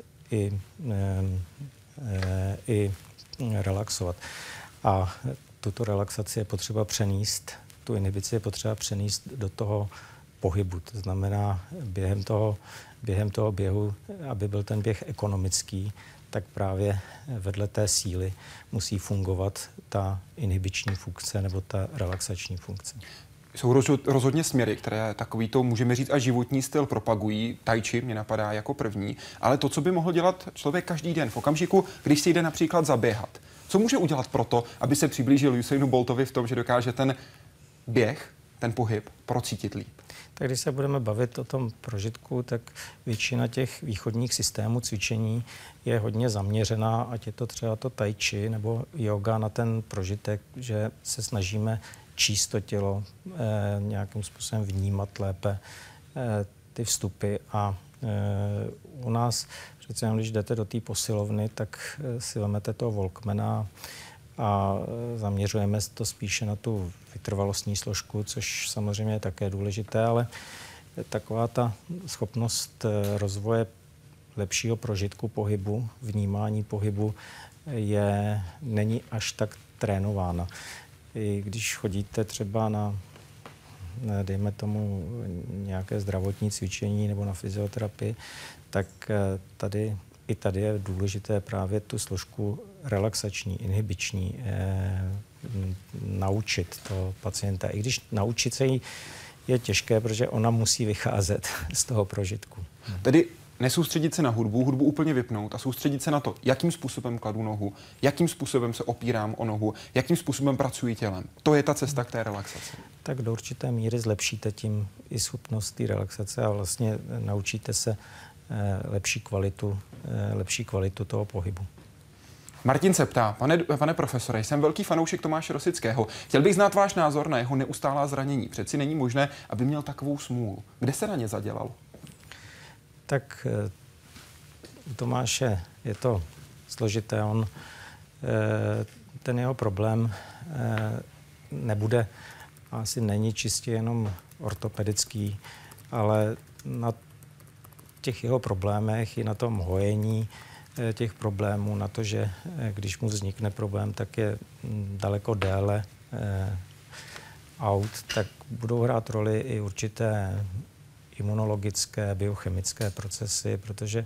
i relaxovat. A tuto relaxaci je potřeba přenést, tu inhibici je potřeba přenést do toho pohybu. To znamená, během toho běhu, aby byl ten běh ekonomický, tak právě vedle té síly musí fungovat ta inhibiční funkce nebo ta relaxační funkce. Jsou rozhodně směry, které takovýto, můžeme říct, a životní styl propagují. Tai chi mě napadá jako první, ale to, co by mohl dělat člověk každý den v okamžiku, když si jde například zaběhat. Co může udělat proto, aby se přiblížil Usainu Boltovi v tom, že dokáže ten běh, ten pohyb procítit líp? Tak když se budeme bavit o tom prožitku, tak většina těch východních systémů cvičení je hodně zaměřená, ať je to třeba to tai chi nebo yoga, na ten prožitek, že se snažíme číst to tělo, nějakým způsobem vnímat lépe ty vstupy. A u nás, přece když jdete do té posilovny, tak si vezmete toho Walkmana a zaměřujeme to spíše na tu vytrvalostní složku, což samozřejmě je také důležité, ale taková ta schopnost rozvoje lepšího prožitku pohybu, vnímání pohybu není až tak trénována. I když chodíte třeba na, dejme tomu, nějaké zdravotní cvičení nebo na fyzioterapii, tak tady je důležité právě tu složku relaxační, inhibiční naučit toho pacienta. I když naučit se jí je těžké, protože ona musí vycházet z toho prožitku. Tedy nesoustředit se na hudbu úplně vypnout a soustředit se na to, jakým způsobem kladu nohu, jakým způsobem se opírám o nohu, jakým způsobem pracuji tělem. To je ta cesta k té relaxaci. Tak do určité míry zlepšíte tím i schopnost té relaxace a vlastně naučíte se lepší kvalitu toho pohybu. Martin se ptá, pane profesore, jsem velký fanoušek Tomáše Rosického. Chtěl bych znát váš názor na jeho neustálá zranění. Přeci není možné, aby měl takovou smůlu. Kde se na ně zadělalo? Tak u Tomáše je to složité. Ten jeho problém nebude, asi není čistě jenom ortopedický, ale na těch jeho problémech i na tom hojení těch problémů, na to, že když mu vznikne problém, tak je daleko déle out, tak budou hrát roli i určité imunologické, biochemické procesy, protože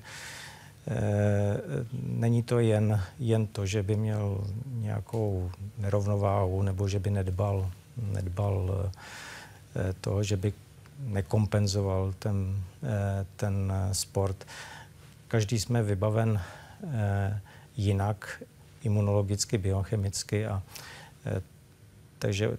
není to jen to, že by měl nějakou nerovnováhu nebo že by nedbal toho, že by nekompenzoval ten sport. Každý jsme vybaven jinak imunologicky, biochemicky a takže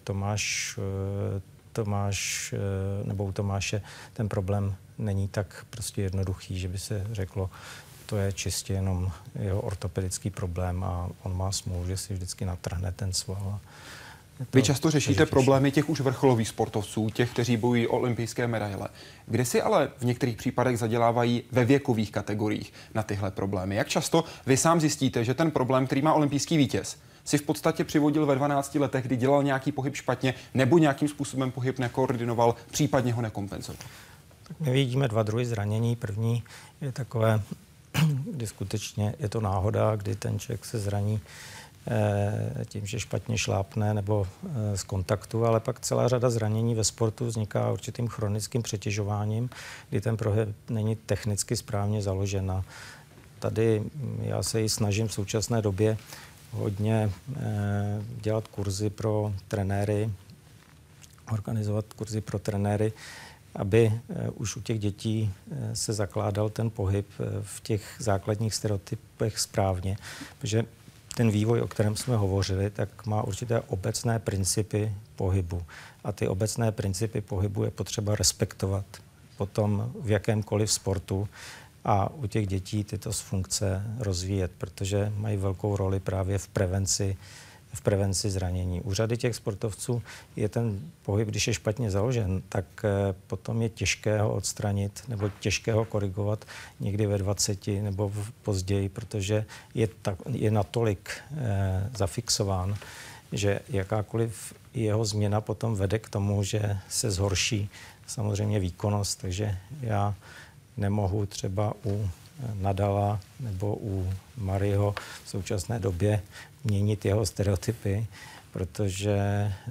u Tomáše ten problém není tak prostě jednoduchý, že by se řeklo, to je čistě jenom jeho ortopedický problém a on má smůlu, že si vždycky natrhne ten sval. Vy často řešíte problémy těch už vrcholových sportovců, těch, kteří bojují o olympijské medaile. Kde si ale v některých případech zadělávají ve věkových kategoriích na tyhle problémy? Jak často vy sám zjistíte, že ten problém, který má olympijský vítěz, si v podstatě přivodil ve 12 letech, kdy dělal nějaký pohyb špatně nebo nějakým způsobem pohyb nekoordinoval, případně ho nekompenzoval? Tak my vidíme dva druhy zranění. První je takové kdy skutečně je to náhoda, kdy ten člověk se zraní tím, že špatně šlápne nebo z kontaktu, ale pak celá řada zranění ve sportu vzniká určitým chronickým přetěžováním, kdy ten pohyb není technicky správně založen. Tady já se ji snažím v současné době hodně dělat kurzy pro trenéry, organizovat kurzy pro trenéry, aby už u těch dětí se zakládal ten pohyb v těch základních stereotypech správně. Protože ten vývoj, o kterém jsme hovořili, tak má určité obecné principy pohybu. A ty obecné principy pohybu je potřeba respektovat potom v jakémkoliv sportu a u těch dětí tyto funkce rozvíjet, protože mají velkou roli právě v prevenci zranění. U řady těch sportovců je ten pohyb, když je špatně založen, tak potom je těžké ho odstranit nebo těžké ho korigovat někdy ve 20 nebo později, protože je natolik zafixován, že jakákoliv jeho změna potom vede k tomu, že se zhorší samozřejmě výkonnost. Takže já nemohu třeba u Nadala nebo u Mariho v současné době měnit jeho stereotypy, protože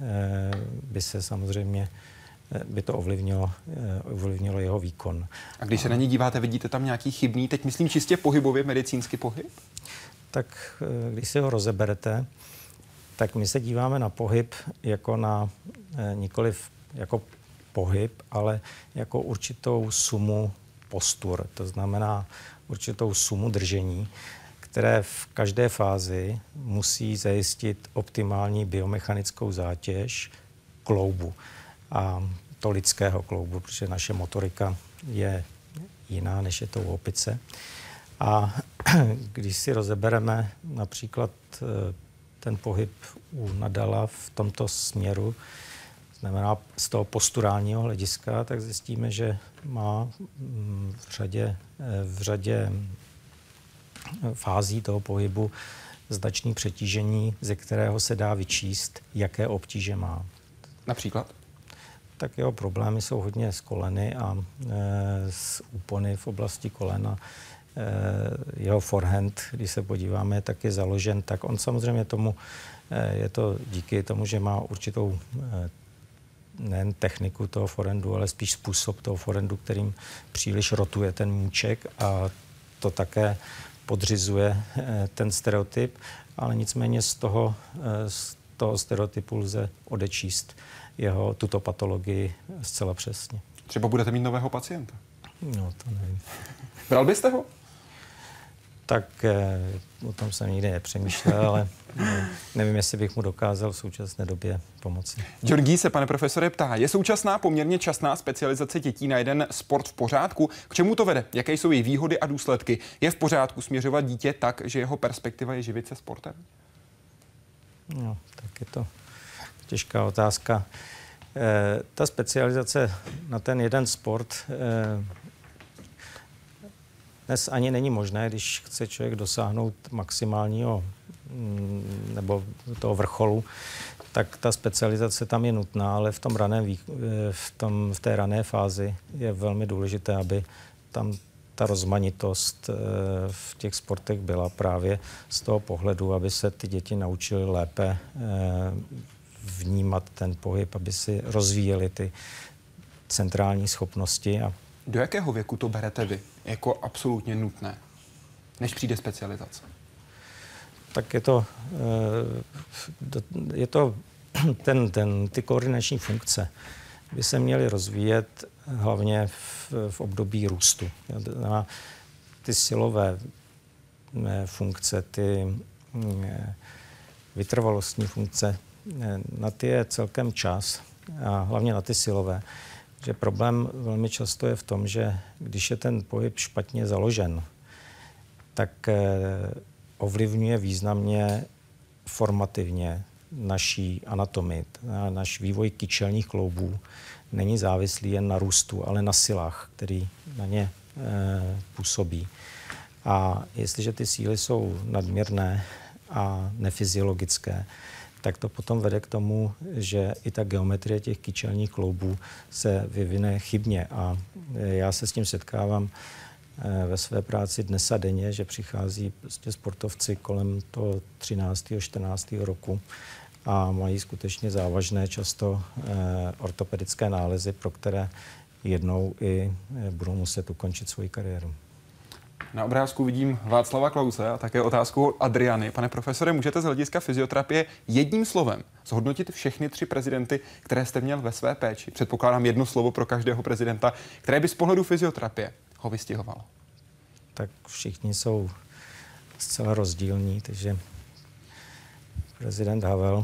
by se samozřejmě by to ovlivnilo jeho výkon. A když se na ně díváte, vidíte tam nějaký chybný, teď myslím čistě pohybově, medicínský pohyb? Tak když si ho rozeberete, tak my se díváme na pohyb jako na nikoliv jako pohyb, ale jako určitou sumu postur, to znamená určitou sumu držení, které v každé fázi musí zajistit optimální biomechanickou zátěž kloubu. A to lidského kloubu, protože naše motorika je jiná, než je to u opice. A když si rozebereme například ten pohyb u Nadala v tomto směru, znamená z toho posturálního hlediska, tak zjistíme, že má v řadě fází toho pohybu značné přetížení, ze kterého se dá vyčíst, jaké obtíže má. Například? Tak jeho problémy jsou hodně s koleny a s úpony v oblasti kolena. Jeho forehand, když se podíváme, tak je založen, tak on samozřejmě je to díky tomu, že má určitou nejen techniku toho forehandu, ale spíš způsob toho forehandu, kterým příliš rotuje ten míček a to také podřizuje ten stereotyp, ale nicméně z toho stereotypu lze odečíst tuto patologii zcela přesně. Třeba budete mít nového pacienta? No, to nevím. Bral byste ho? Tak o tom jsem nikdy nepřemýšlel, ale nevím, jestli bych mu dokázal v současné době pomoci. Georgii se, pane profesore, ptá, je současná poměrně časná specializace dětí na jeden sport v pořádku? K čemu to vede? Jaké jsou její výhody a důsledky? Je v pořádku směřovat dítě tak, že jeho perspektiva je živit se sportem? No, tak je to těžká otázka. Ta specializace na ten jeden sport dnes ani není možné, když chce člověk dosáhnout maximálního nebo toho vrcholu, tak ta specializace tam je nutná, ale v té rané fázi je velmi důležité, aby tam ta rozmanitost v těch sportech byla právě z toho pohledu, aby se ty děti naučily lépe vnímat ten pohyb, aby si rozvíjely ty centrální schopnosti. Do jakého věku to berete vy jako absolutně nutné, než přijde specializace? Tak ty koordinační funkce by se měly rozvíjet hlavně v období růstu. Ty silové funkce, ty vytrvalostní funkce, na ty je celkem čas a hlavně na ty silové. Že problém velmi často je v tom, že když je ten pohyb špatně založen, tak ovlivňuje významně formativně naší anatomii. Náš vývoj kyčelních kloubů není závislý jen na růstu, ale na silách, které na ně působí. A jestliže ty síly jsou nadměrné a nefyziologické, tak to potom vede k tomu, že i ta geometrie těch kyčelních kloubů se vyvine chybně. A já se s tím setkávám ve své práci dnes a denně, že přichází prostě sportovci kolem toho 13. 14. roku a mají skutečně závažné často ortopedické nálezy, pro které jednou i budou muset ukončit svoji kariéru. Na obrázku vidím Václava Klause a také otázku Adriany. Pane profesore, můžete z hlediska fyzioterapie jedním slovem zhodnotit všechny 3 prezidenty, které jste měl ve své péči? Předpokládám jedno slovo pro každého prezidenta, které by z pohledu fyzioterapie ho vystihovalo. Tak všichni jsou zcela rozdílní, takže prezident Havel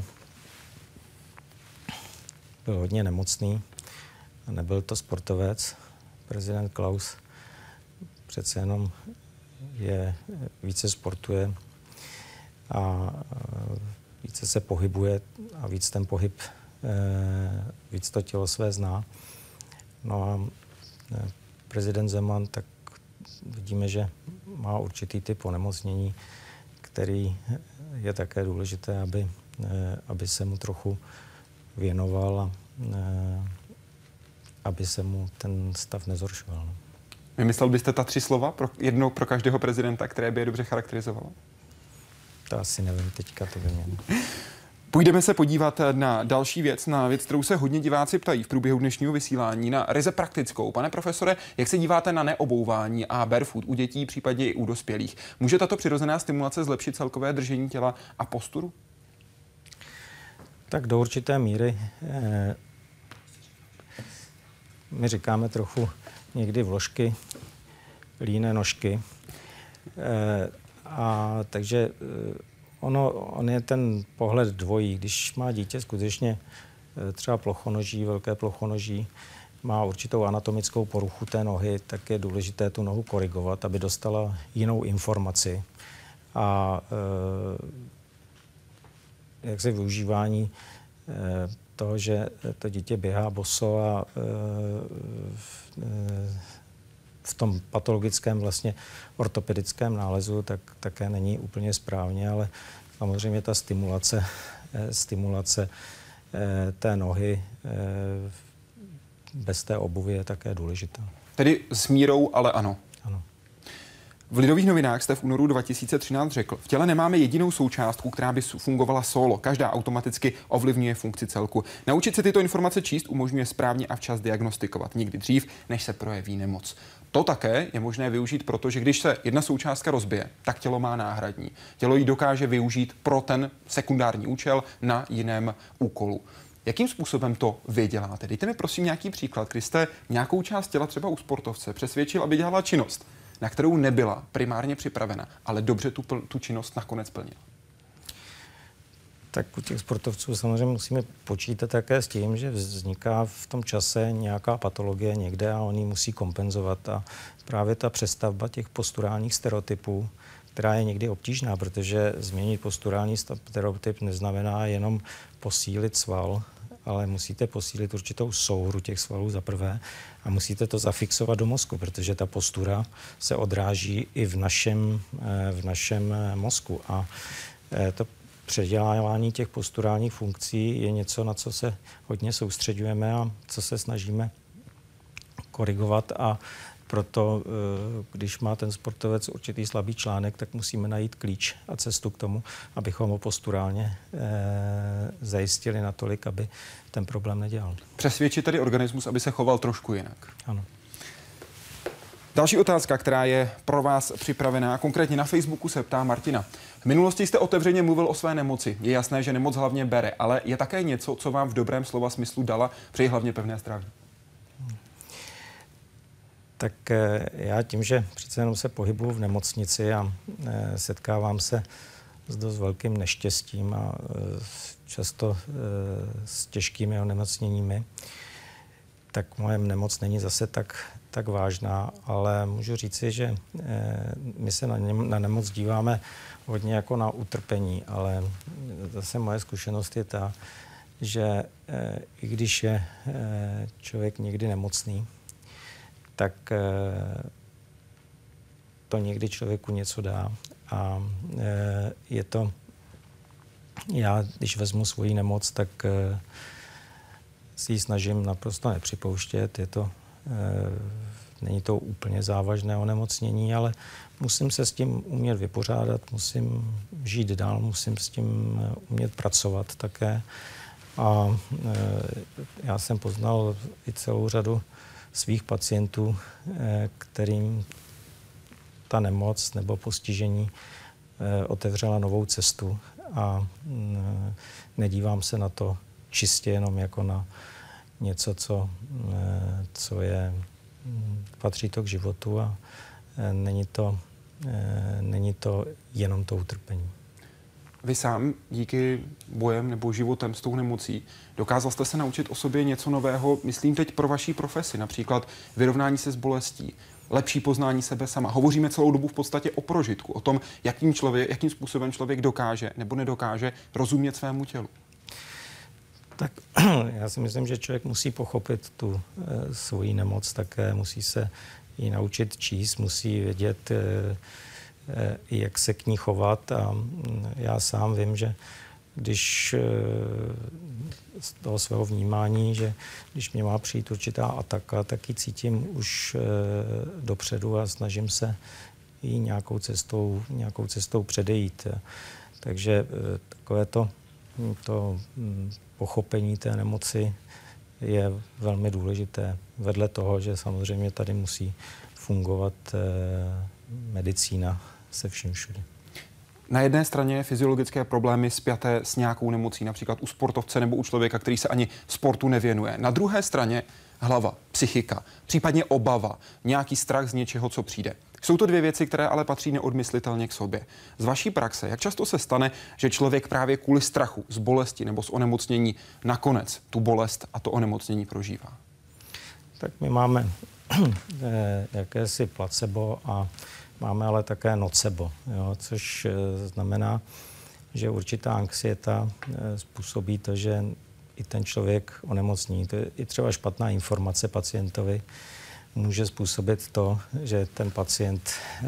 byl hodně nemocný a nebyl to sportovec. Prezident Klaus přece jenom více sportuje a více se pohybuje a víc ten pohyb, víc to tělo své zná. No a prezident Zeman, tak vidíme, že má určitý typ onemocnění, který je také důležité, aby se mu trochu věnoval a aby se mu ten stav nezhoršoval. Vymyslel byste ta 3 slova, jedno pro každého prezidenta, které by je dobře charakterizovalo? To asi nevím, teďka to vyměním. Půjdeme se podívat na další věc, na věc, kterou se hodně diváci ptají v průběhu dnešního vysílání, na ryze praktickou. Pane profesore, jak se díváte na neobouvání a barefoot u dětí, případně i u dospělých? Může tato přirozená stimulace zlepšit celkové držení těla a posturu? Tak do určité míry my říkáme trochu někdy vložky, líné nožky. Takže on je ten pohled dvojí. Když má dítě skutečně třeba plochonoží, velké plochonoží, má určitou anatomickou poruchu té nohy, tak je důležité tu nohu korigovat, aby dostala jinou informaci. A jak se využívání toho, že to dítě běhá boso a v tom patologickém vlastně ortopedickém nálezu, tak také není úplně správně, ale samozřejmě ta stimulace té nohy bez té obuvy je také důležitá. Tedy s mírou, ale ano. Ano. V Lidových novinách jste v únoru 2013 řekl, v těle nemáme jedinou součástku, která by fungovala solo. Každá automaticky ovlivňuje funkci celku. Naučit se tyto informace číst umožňuje správně a včas diagnostikovat, někdy dřív, než se projeví nemoc. To také je možné využít, protože když se jedna součástka rozbije, tak tělo má náhradní. Tělo ji dokáže využít pro ten sekundární účel na jiném úkolu. Jakým způsobem to vy děláte? Dejte mi prosím nějaký příklad, kdy jste nějakou část těla třeba u sportovce přesvědčil, aby dělala činnost, na kterou nebyla primárně připravena, ale dobře tu činnost nakonec plnila. Tak u těch sportovců samozřejmě musíme počítat také s tím, že vzniká v tom čase nějaká patologie někde a oni musí kompenzovat. A právě ta přestavba těch posturálních stereotypů, která je někdy obtížná, protože změnit posturální stereotyp neznamená jenom posílit sval, ale musíte posílit určitou souhru těch svalů za prvé a musíte to zafixovat do mozku, protože ta postura se odráží i v našem mozku. A to předělávání těch posturálních funkcí je něco, na co se hodně soustředujeme a co se snažíme korigovat a proto, když má ten sportovec určitý slabý článek, tak musíme najít klíč a cestu k tomu, abychom ho posturálně zajistili natolik, aby ten problém nedělal. Přesvědčit tedy organismus, aby se choval trošku jinak. Ano. Další otázka, která je pro vás připravená, konkrétně na Facebooku se ptá Martina. V minulosti jste otevřeně mluvil o své nemoci. Je jasné, že nemoc hlavně bere, ale je také něco, co vám v dobrém slova smyslu dala, přeji hlavně pevné zdraví. Tak já tím, že přece jenom se pohybuju v nemocnici a setkávám se s dost velkým neštěstím a často s těžkými onemocněními, tak moje nemoc není zase tak vážná, ale můžu říci, že my se na nemoc díváme hodně jako na utrpení, ale zase moje zkušenost je ta, že i když je člověk někdy nemocný, tak to někdy člověku něco dá. A je to, já když vezmu svoji nemoc, tak si ji snažím naprosto nepřipouštět. Je to není to úplně závažné onemocnění, ale musím se s tím umět vypořádat, musím žít dál, musím s tím umět pracovat také. A já jsem poznal i celou řadu svých pacientů, kterým ta nemoc nebo postižení otevřela novou cestu a nedívám se na to čistě jenom jako na něco, co patří to k životu a není to jenom to utrpení. Vy sám díky bojem nebo životem s tou nemocí dokázal jste se naučit o sobě něco nového, myslím teď pro vaší profesi, například vyrovnání se s bolestí, lepší poznání sebe sama. Hovoříme celou dobu v podstatě o prožitku, o tom, jakým způsobem člověk dokáže nebo nedokáže rozumět svému tělu. Tak já si myslím, že člověk musí pochopit tu svoji nemoc také, musí se ji naučit číst, musí vědět, jak se k ní chovat. A já sám vím, že když z toho svého vnímání, že když mě má přijít určitá ataka, tak ji cítím už dopředu a snažím se ji nějakou cestou předejít. Takže takové to pochopení té nemoci je velmi důležité. Vedle toho, že samozřejmě tady musí fungovat medicína se vším všude. Na jedné straně fyziologické problémy spjaté s nějakou nemocí, například u sportovce nebo u člověka, který se ani sportu nevěnuje. Na druhé straně hlava, psychika, případně obava, nějaký strach z něčeho, co přijde. Jsou to dvě věci, které ale patří neodmyslitelně k sobě. Z vaší praxe, jak často se stane, že člověk právě kvůli strachu z bolesti nebo z onemocnění nakonec tu bolest a to onemocnění prožívá? Tak my máme jakési placebo a máme ale také nocebo, jo, což znamená, že určitá anxieta způsobí to, že i ten člověk onemocní. To je i třeba špatná informace pacientovi může způsobit to, že ten pacient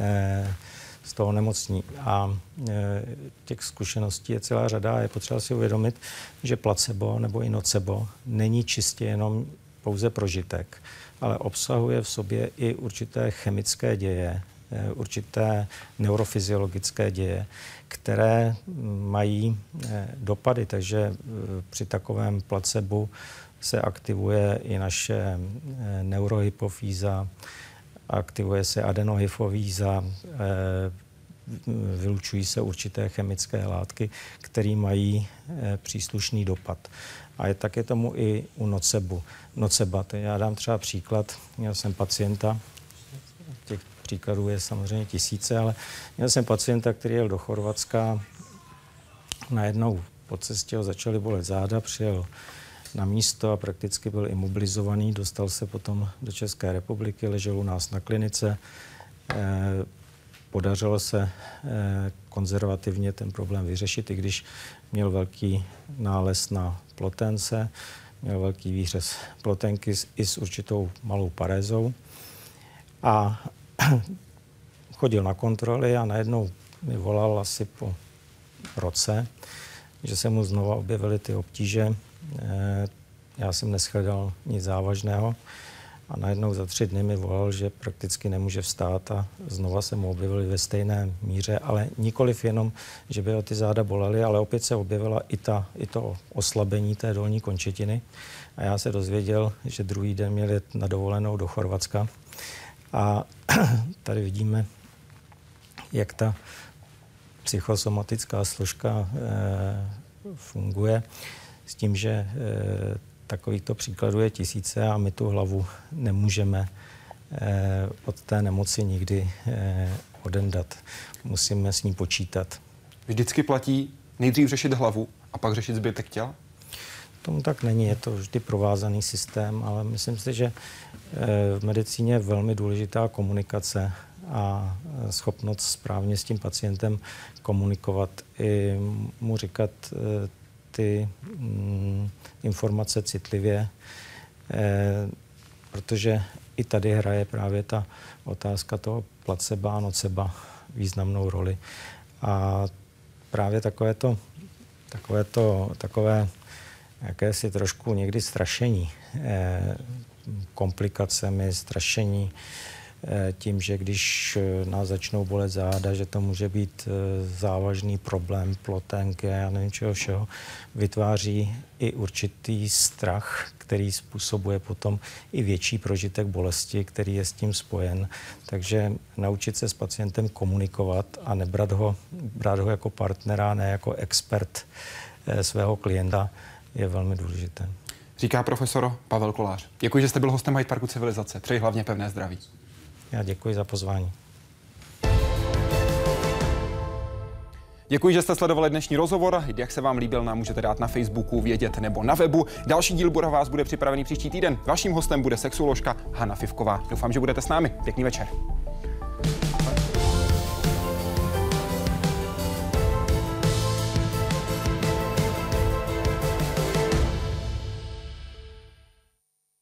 z toho onemocní. A těch zkušeností je celá řada a je potřeba si uvědomit, že placebo nebo i nocebo není čistě jenom pouze prožitek, ale obsahuje v sobě i určité chemické děje, určité neurofyziologické děje, které mají dopady, takže při takovém placebu se aktivuje i naše neurohypofýza, aktivuje se adenohypofýza, vylučují se určité chemické látky, které mají příslušný dopad. A tak je tomu i u noceba. Já dám třeba příklad. Měl jsem pacienta, těch příkladů je samozřejmě tisíce, ale měl jsem pacienta, který jel do Chorvatska. Najednou po cestě ho začaly bolet záda, přijel na místo a prakticky byl imobilizovaný. Dostal se potom do České republiky, ležel u nás na klinice. Podařilo se konzervativně ten problém vyřešit, i když měl velký nález na plotence, měl velký výřez plotenky i s určitou malou parézou. A chodil na kontroly a najednou mi volal asi po roce, že se mu znova objevily ty obtíže. Já jsem neshledal nic závažného a najednou za 3 dny mi volal, že prakticky nemůže vstát a znova se mu objevily ve stejné míře, ale nikoliv jenom, že by ho ty záda bolely, ale opět se objevila i to oslabení té dolní končetiny. A já se dozvěděl, že druhý den měl jet na dovolenou do Chorvatska. A tady vidíme, jak ta psychosomatická složka funguje s tím, že takovýchto příkladů je tisíce a my tu hlavu nemůžeme od té nemoci nikdy odendat. Musíme s ní počítat. Vždycky platí nejdřív řešit hlavu a pak řešit zbytek těla? Tomu tak není, je to vždy provázaný systém, ale myslím si, že v medicíně je velmi důležitá komunikace a schopnost správně s tím pacientem komunikovat i mu říkat ty informace citlivě, protože i tady hraje právě ta otázka toho placeba a noceba významnou roli. A právě takové jakési trošku někdy strašení komplikacemi, strašení, tím, že když nás začnou bolet záda, že to může být závažný problém, plotenky, já nevím čeho všeho, vytváří i určitý strach, který způsobuje potom i větší prožitek bolesti, který je s tím spojen. Takže naučit se s pacientem komunikovat a brát ho jako partnera, ne jako expert svého klienta, je velmi důležité. Říká profesor Pavel Kolář. Děkuji, že jste byl hostem Hyde Parku Civilizace. Přeji hlavně pevné zdraví. Já děkuji za pozvání. Děkuji, že jste sledovali dnešní rozhovor. Jak se vám líbil, nám můžete dát na Facebooku vědět nebo na webu. Další díl pro vás bude připravený příští týden. Vaším hostem bude sexuoložka Hana Fifková. Doufám, že budete s námi. Pěkný večer.